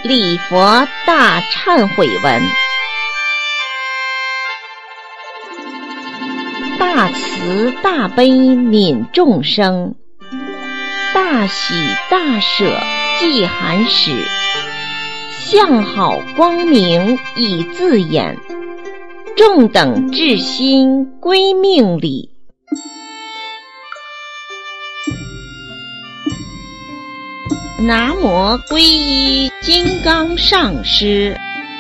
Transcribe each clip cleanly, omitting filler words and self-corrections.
礼佛大忏悔文。大慈大悲悯众生，大喜大舍济寒食，向好光明以自演，众等至心归命理。南无皈依金刚上师。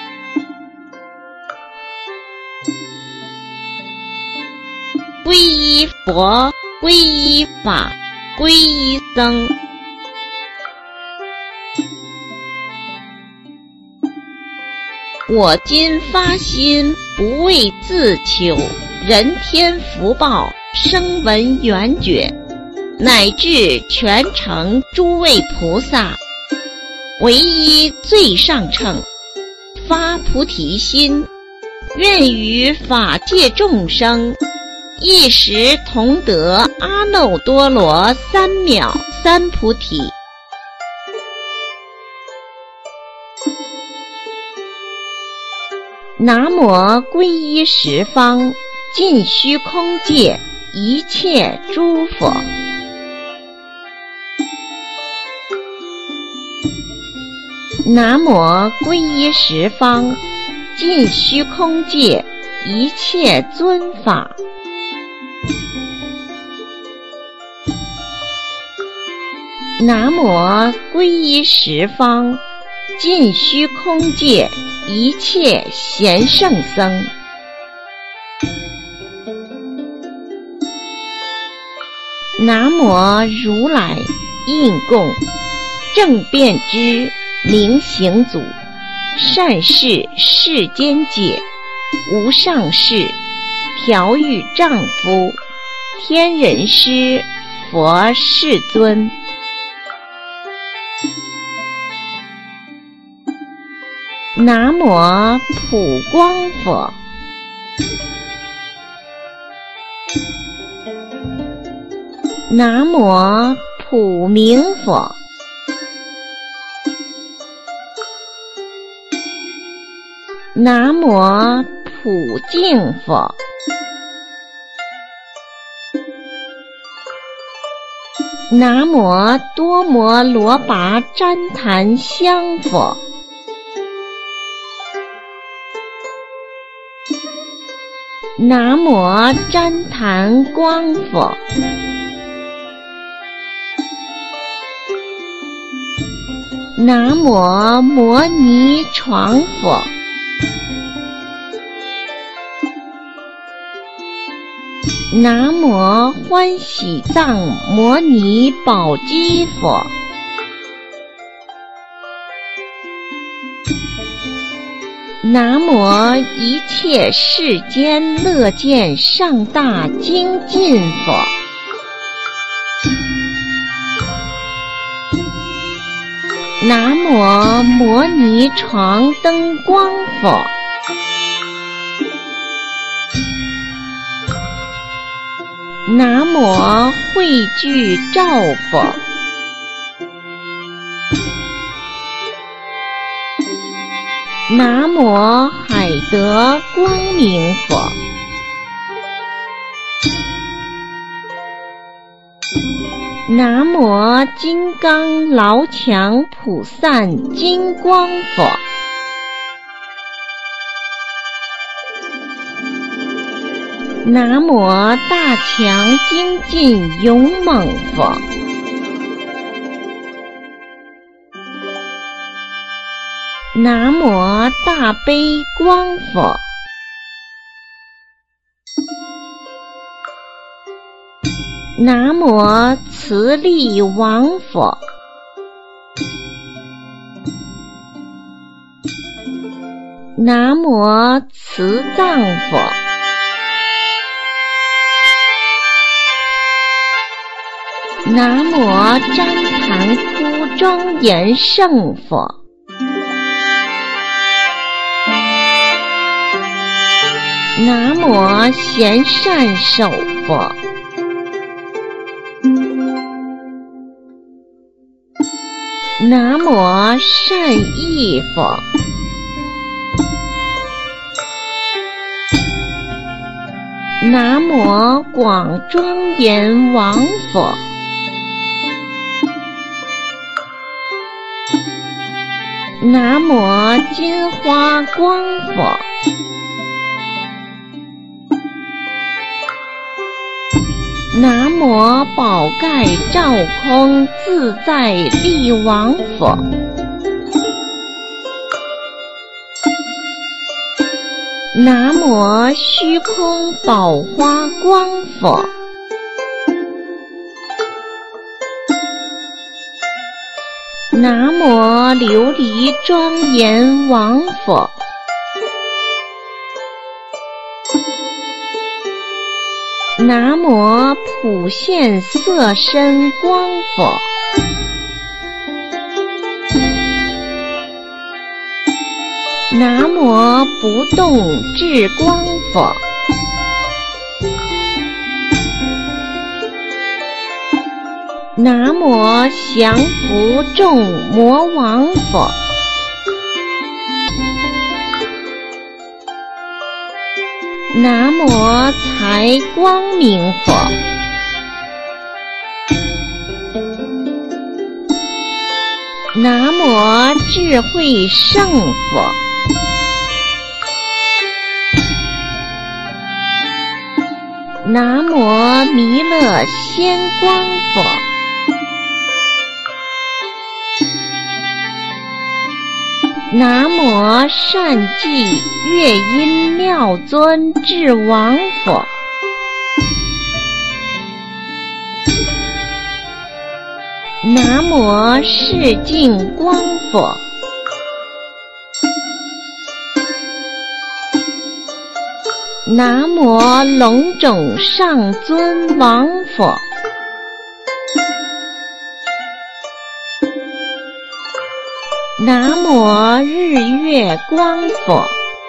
皈依佛，皈依法，皈依僧。我今发心，不为自求人天福报，声闻缘觉，乃至全城诸位菩萨，唯一最上乘，发菩提心，愿与法界众生一时同得阿耨多罗三藐三菩提。南无皈依十方尽虚空界一切诸佛。南无皈依十方尽虚空界一切尊法。南无皈依十方尽虚空界一切贤圣僧。南无如来应供正遍知明行祖，善事世间解，无上士调御丈夫，天人师佛世尊。南无普光佛。南无普明佛。南无普净佛。南无多摩罗跋旃檀香佛。南无旃檀光佛。南无摩尼床佛。南无欢喜藏摩尼宝积佛。南无一切世间乐见上大精进佛。南无摩尼床灯光佛。南无慧具照佛。南无海德光明佛。南无金刚牢强普散金光佛。南无大强精进勇猛佛。南无大悲光佛。南无慈力王佛。南无慈藏佛。南无旃檀窟庄严圣佛。南无贤善手佛。 南无善意佛，南无广庄严王佛，南无金花光佛，南无宝盖照空自在力王佛，南无虚空宝花光佛，南无琉璃庄严王佛，南无普现色身光佛，南无不动智光佛，南无降伏众魔王佛，南无才光明佛，南无智慧圣佛，南无弥勒仙光佛，南无善济乐音妙尊智王佛，南无世净光佛，南无龙种上尊王佛，南无日月光佛，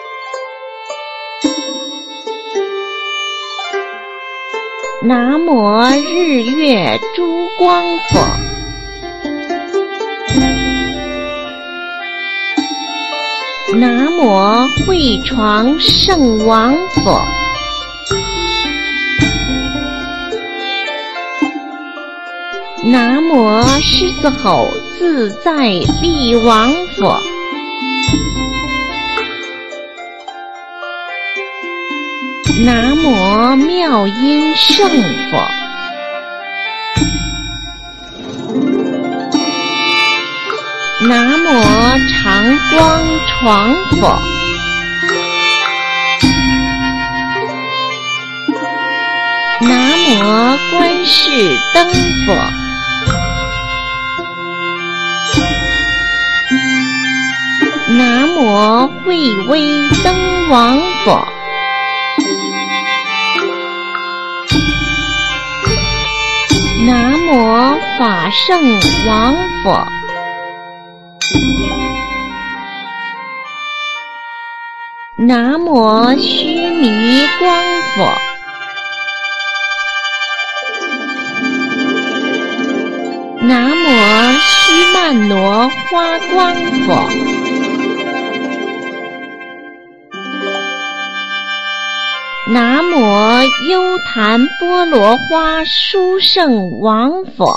南无日月珠光佛，南无慧床圣王佛，南无狮子吼自在力王佛，南无妙音圣佛，南无常光床佛，南无观世灯佛，南无慧威灯王佛，南无法圣王佛，南无须弥光佛，南无须曼挪花光佛，南无优昙波罗花殊胜王佛，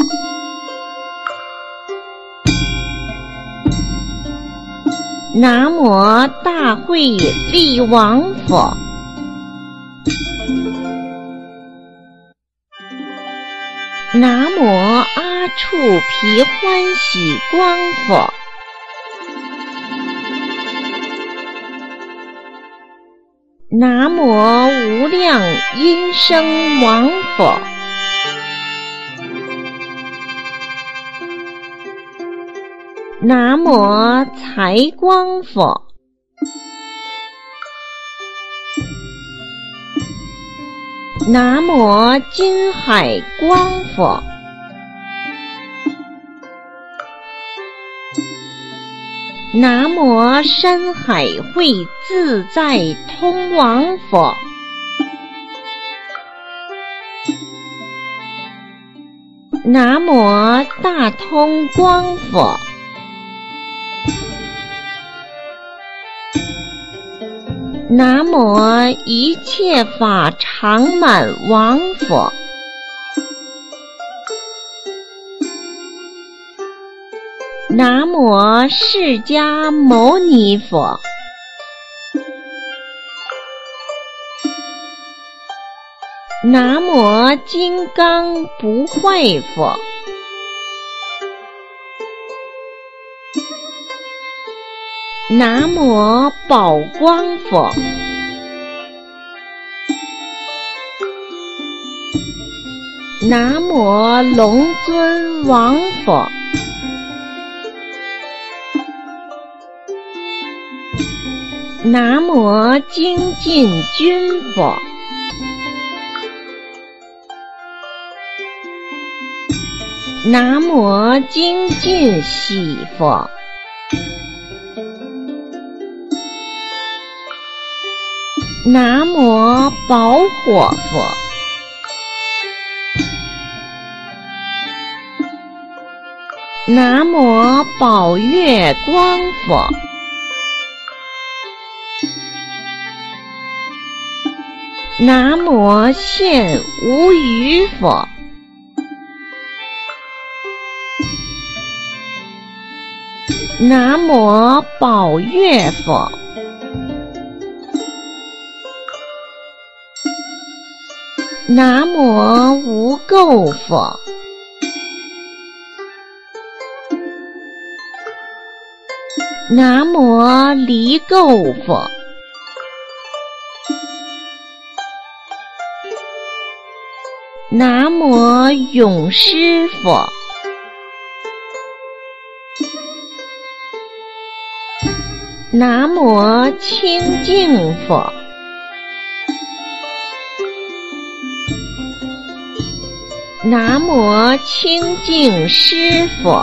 南无大慧力王佛，南无阿处毗欢喜光佛，南无无量音声王佛，南无才光佛，南无金海光佛，南无山海会自在通王佛，南无大通光佛， 南无一切法常满王佛。南无释迦牟尼佛。南无金刚不坏佛。南无宝光佛。南无龙尊王佛。南无精进君佛。南无精进喜佛。南无宝火佛。南无宝月光佛。南无现无余佛。南无宝月佛。南无无垢佛。南无离垢佛。南无永施佛。南无清净佛。南无清净师佛。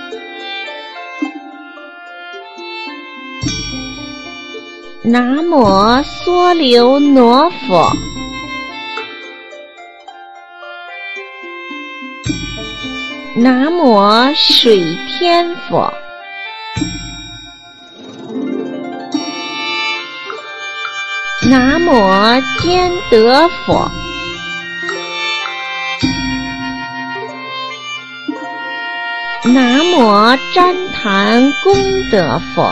南无娑留挪佛。南无水天佛。南无坚德佛。南无旃檀功德佛。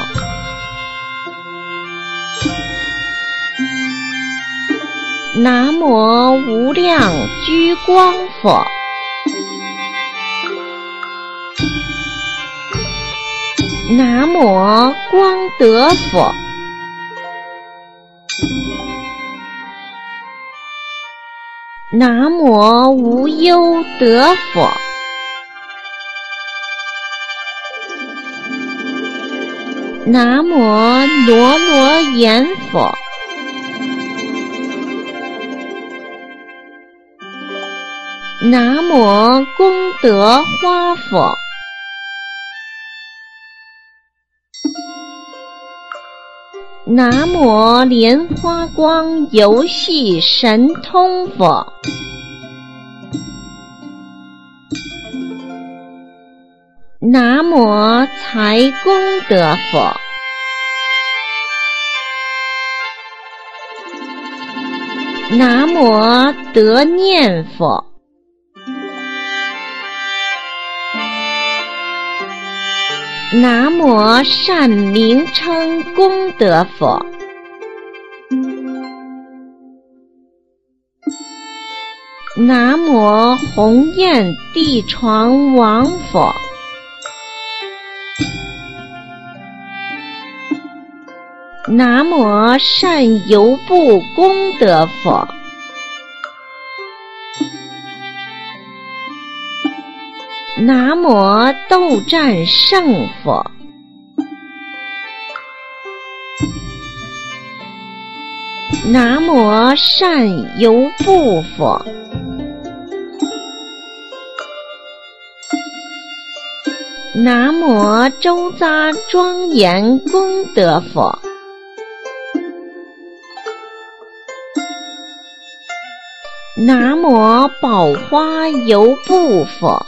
南无无量居光佛。南无光德佛。南无无忧德佛。南无罗罗延佛。南无功德花佛。南无莲花光游戏神通佛。南无财功德佛。南无得念佛。南无善名称功德佛。南无鸿雁地床王佛。南无善游步功德佛。南无斗战胜佛。南无善游步佛。南无周匝庄严功德佛。南无宝花游步佛。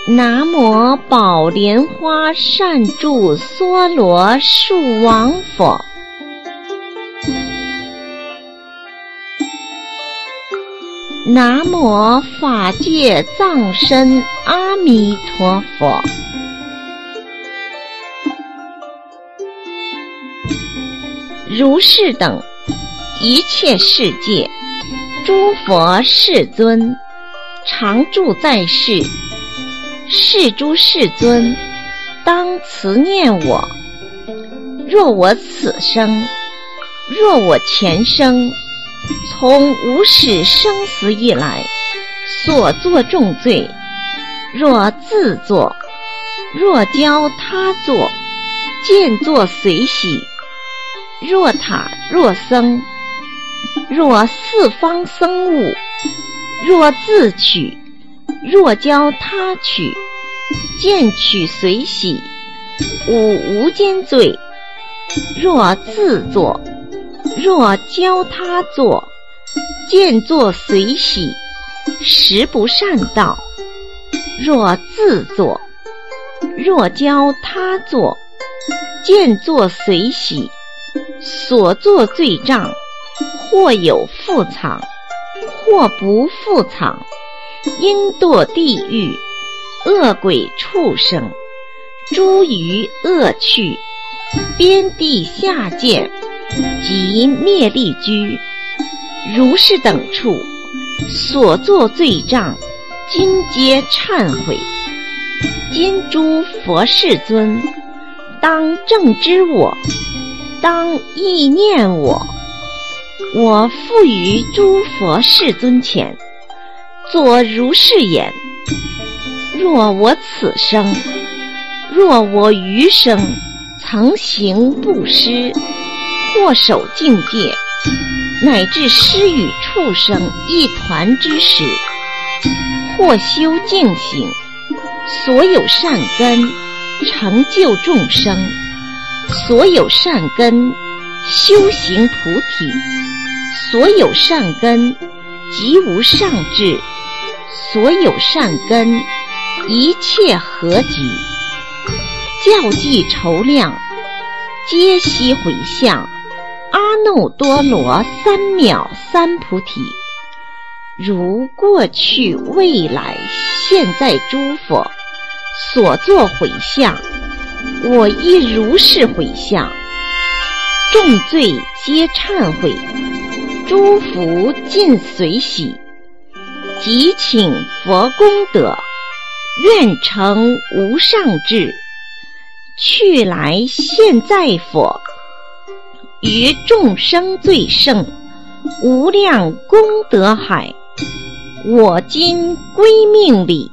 南无宝莲花善住梭罗树王佛。南无法界藏身阿弥陀佛。如是等一切世界诸佛世尊常住在世，是诸世尊当慈念我。若我此生，若我前生，从无始生死以来所作重罪，若自作，若教他作，见作随喜。若塔若僧，若四方僧物，若自取，若教他取，见取随喜，无间罪。若自作，若教他作，见作随喜，实不善道。若自作，若教他作，见作随喜，所作罪障，或有覆藏，或不覆藏，应堕地狱、恶鬼畜生、诸余恶趣、边地下界及灭力居。如是等处所作罪障，今皆忏悔。今诸佛世尊当正知我，当忆念我。我复于诸佛世尊前作如是言：若我此生，若我余生曾行布施，或守净戒，乃至施与畜生一团之时，或修净行，所有善根成就众生，所有善根修行菩提，所有善根即无上智，所有善根一切合集，教济筹量，皆悉回向阿耨多罗三藐三菩提。如过去未来现在诸佛所作回向，我亦如是回向。众罪皆忏悔，诸福尽随喜，即请佛功德，愿成无上智。去来现在佛，于众生最胜，无量功德海，我今归命礼。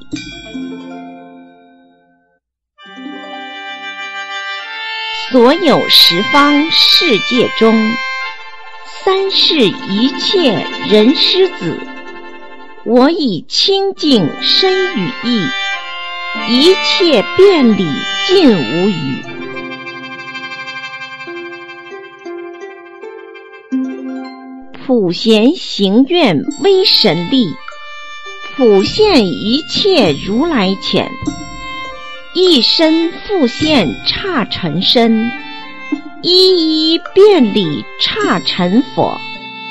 所有十方世界中，三世一切人师子，我以清净身语意，一切遍礼尽无余。普贤行愿威神力，普现一切如来前，一身复现刹尘身，一一遍礼刹尘佛。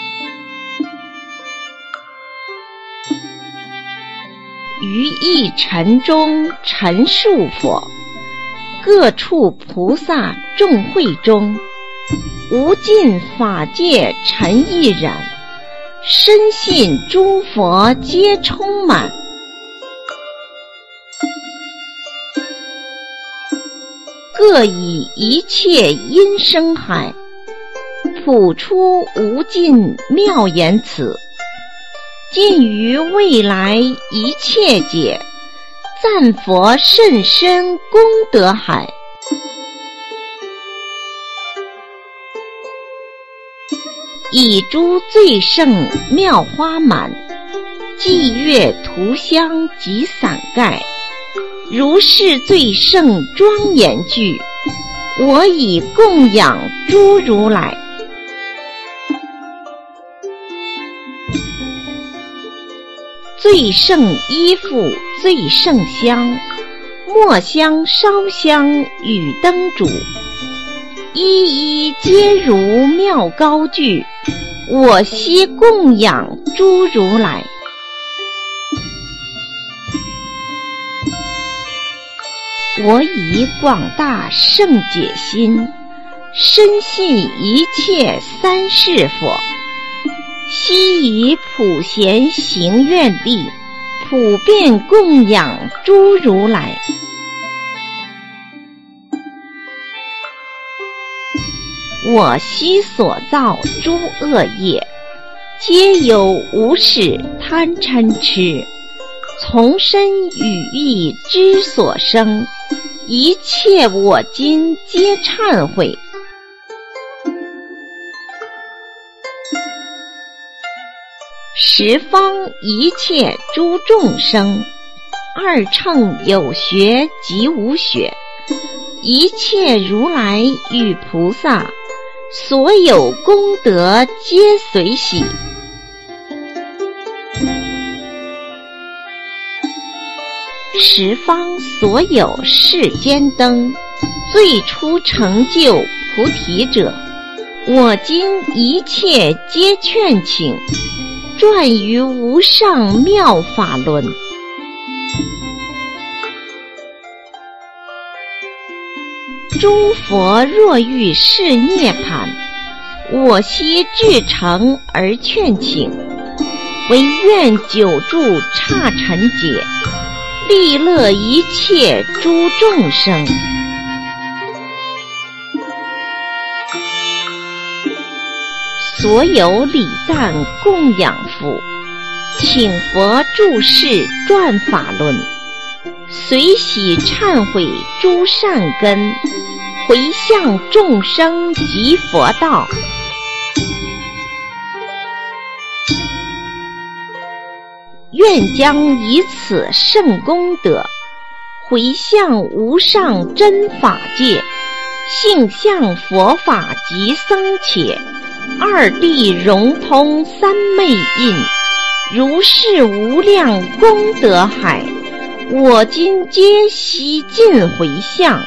于一尘中陈述佛，各处菩萨众会中，无尽法界尘亦然，深信诸佛皆充满。各以一切音声海，普出无尽妙言辞，尽于未来一切劫，赞佛甚深功德海。以诸最胜妙花满，伎乐涂香及伞盖，如是最胜庄严具，我以供养诸如来。最胜衣服最盛香，墨香烧香与灯烛，一一皆如妙高句，我悉供养诸如来。我以广大圣解心，深信一切三世佛，悉以普贤行愿力，普遍供养诸如来。我悉所造诸恶业，皆有无始贪嗔痴，从身语意之所生，一切我今皆忏悔。十方一切诸众生，二乘有学及无学，一切如来与菩萨，所有功德皆随喜。十方所有世间灯，最初成就菩提者，我今一切皆劝请，转于无上妙法轮。诸佛若欲示涅槃，我悉至诚而劝请，唯愿久住刹尘劫，利乐一切诸众生。所有礼赞供养福，请佛住世转法轮，随喜忏悔诸善根，回向众生及佛道。愿将以此圣功德，回向无上真法界，性相佛法及僧伽，二谛融通三昧印，如是无量功德海，我今皆悉尽回向。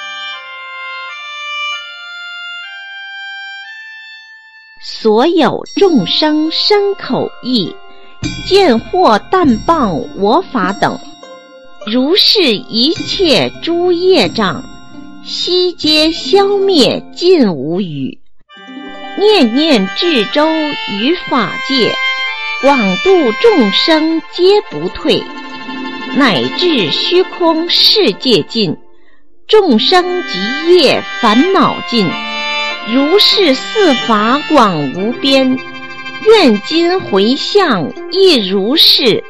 所有众生身口意，见或但谤我法等，如是一切诸业障，悉皆消灭尽无余。念念至周于法界，广度众生皆不退，乃至虚空世界尽，众生及业烦恼尽，如是四法广无边，愿今回向亦如是。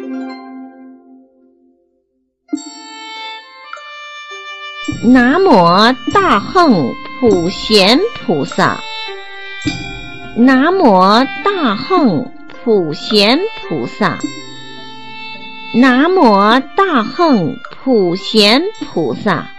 南无大横普贤菩萨，南无大横普贤菩萨，南无大横普贤菩萨。